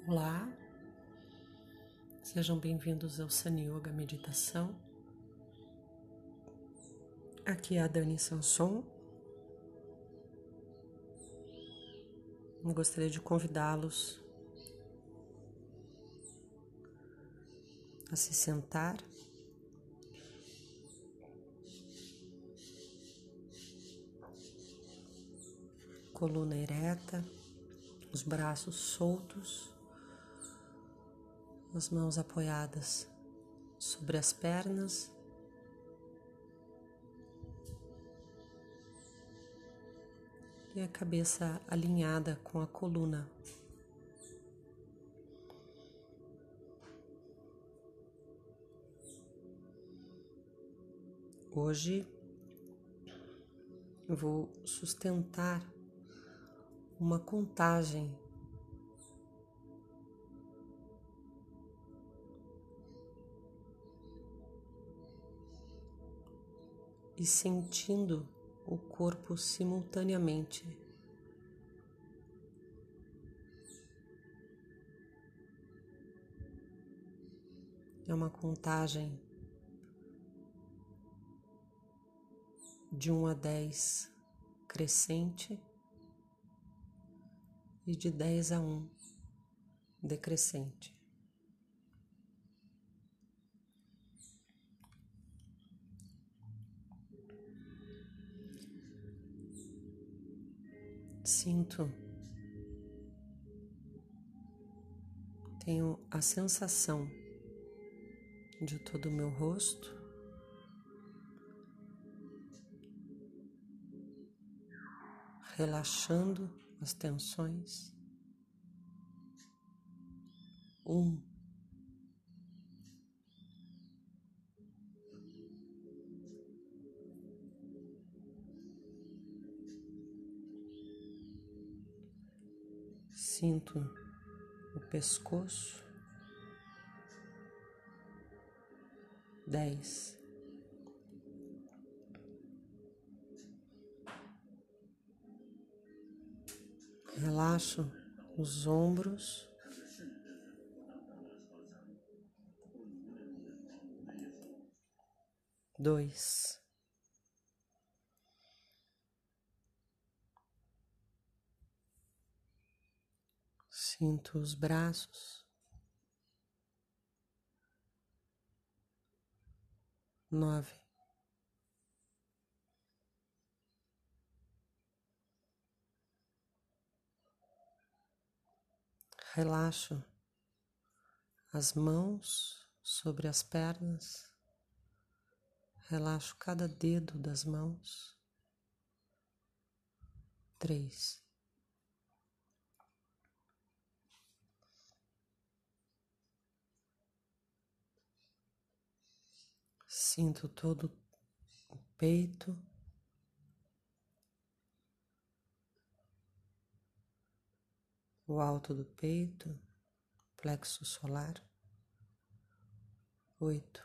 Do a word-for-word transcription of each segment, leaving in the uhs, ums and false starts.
Olá, sejam bem-vindos ao Sun Yoga Meditação. Aqui é a Dani Sanson. Eu gostaria de convidá-los a se sentar, coluna ereta, os braços soltos, as mãos apoiadas sobre as pernas e a cabeça alinhada com a coluna. Hoje eu vou sustentar uma contagem e sentindo o corpo simultaneamente. É uma contagem de um a dez crescente e de dez a um decrescente. Sinto, tenho a sensação de todo o meu rosto, relaxando as tensões. Um. Sinto o pescoço. Dez. Relaxo os ombros. Dois. Sinto os braços. Nove. Relaxo as mãos sobre as pernas. Relaxo cada dedo das mãos. Três. Sinto todo o peito. O alto do peito, plexo solar. Oito.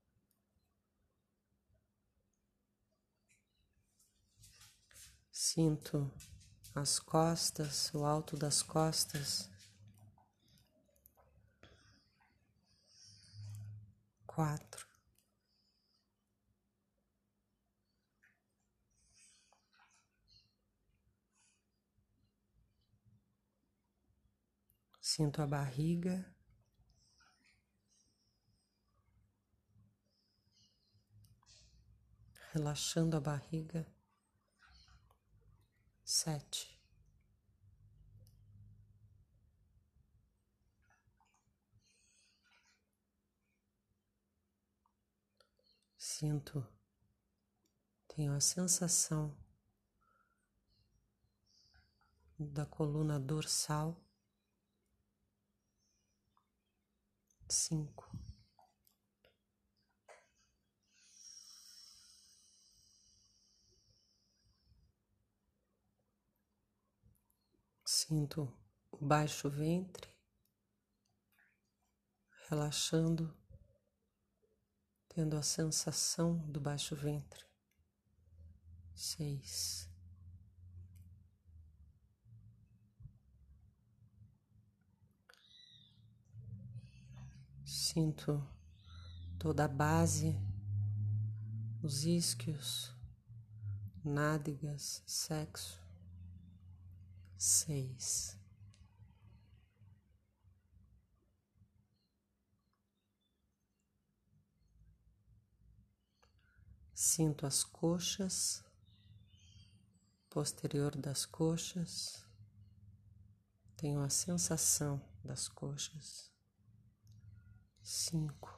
Sinto as costas, o alto das costas. Quatro. Sinto a barriga. Relaxando a barriga. Sete. Sinto, tenho a sensação da coluna dorsal. Cinco. Sinto o baixo ventre, relaxando, tendo a sensação do baixo ventre. Seis. Sinto toda a base, os isquios, nádegas, sexo. Seis. Sinto as coxas, posterior das coxas. Tenho a sensação das coxas. Cinco.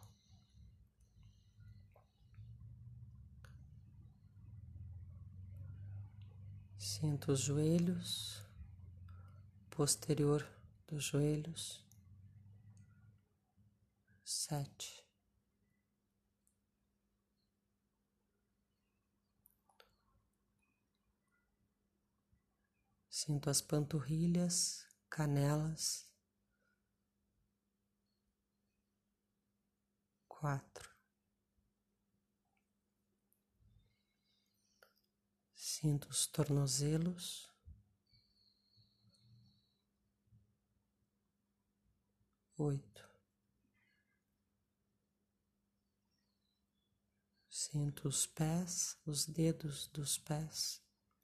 Sinto os joelhos, posterior dos joelhos. Sete. Sinto as panturrilhas, canelas. Quatro. Sinto os tornozelos. Oito. Sinto os pés, os dedos dos pés.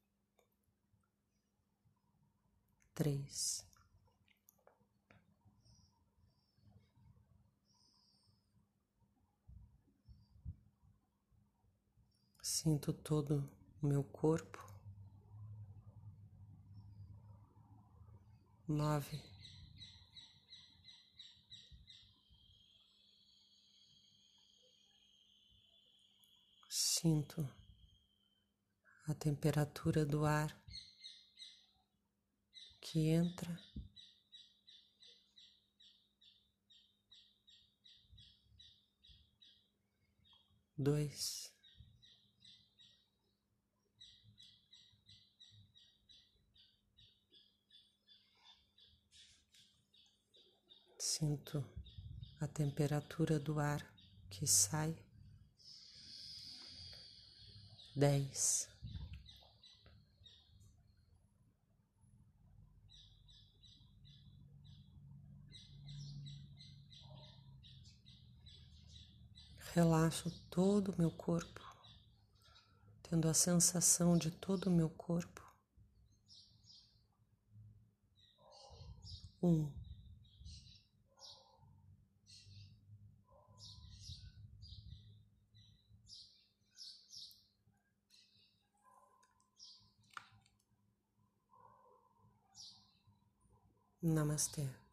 Três. Sinto todo o meu corpo. Nove. Sinto a temperatura do ar que entra. Dois. Sinto a temperatura do ar que sai. Dez. Relaxo todo o meu corpo, tendo a sensação de todo o meu corpo. Um. Namastê.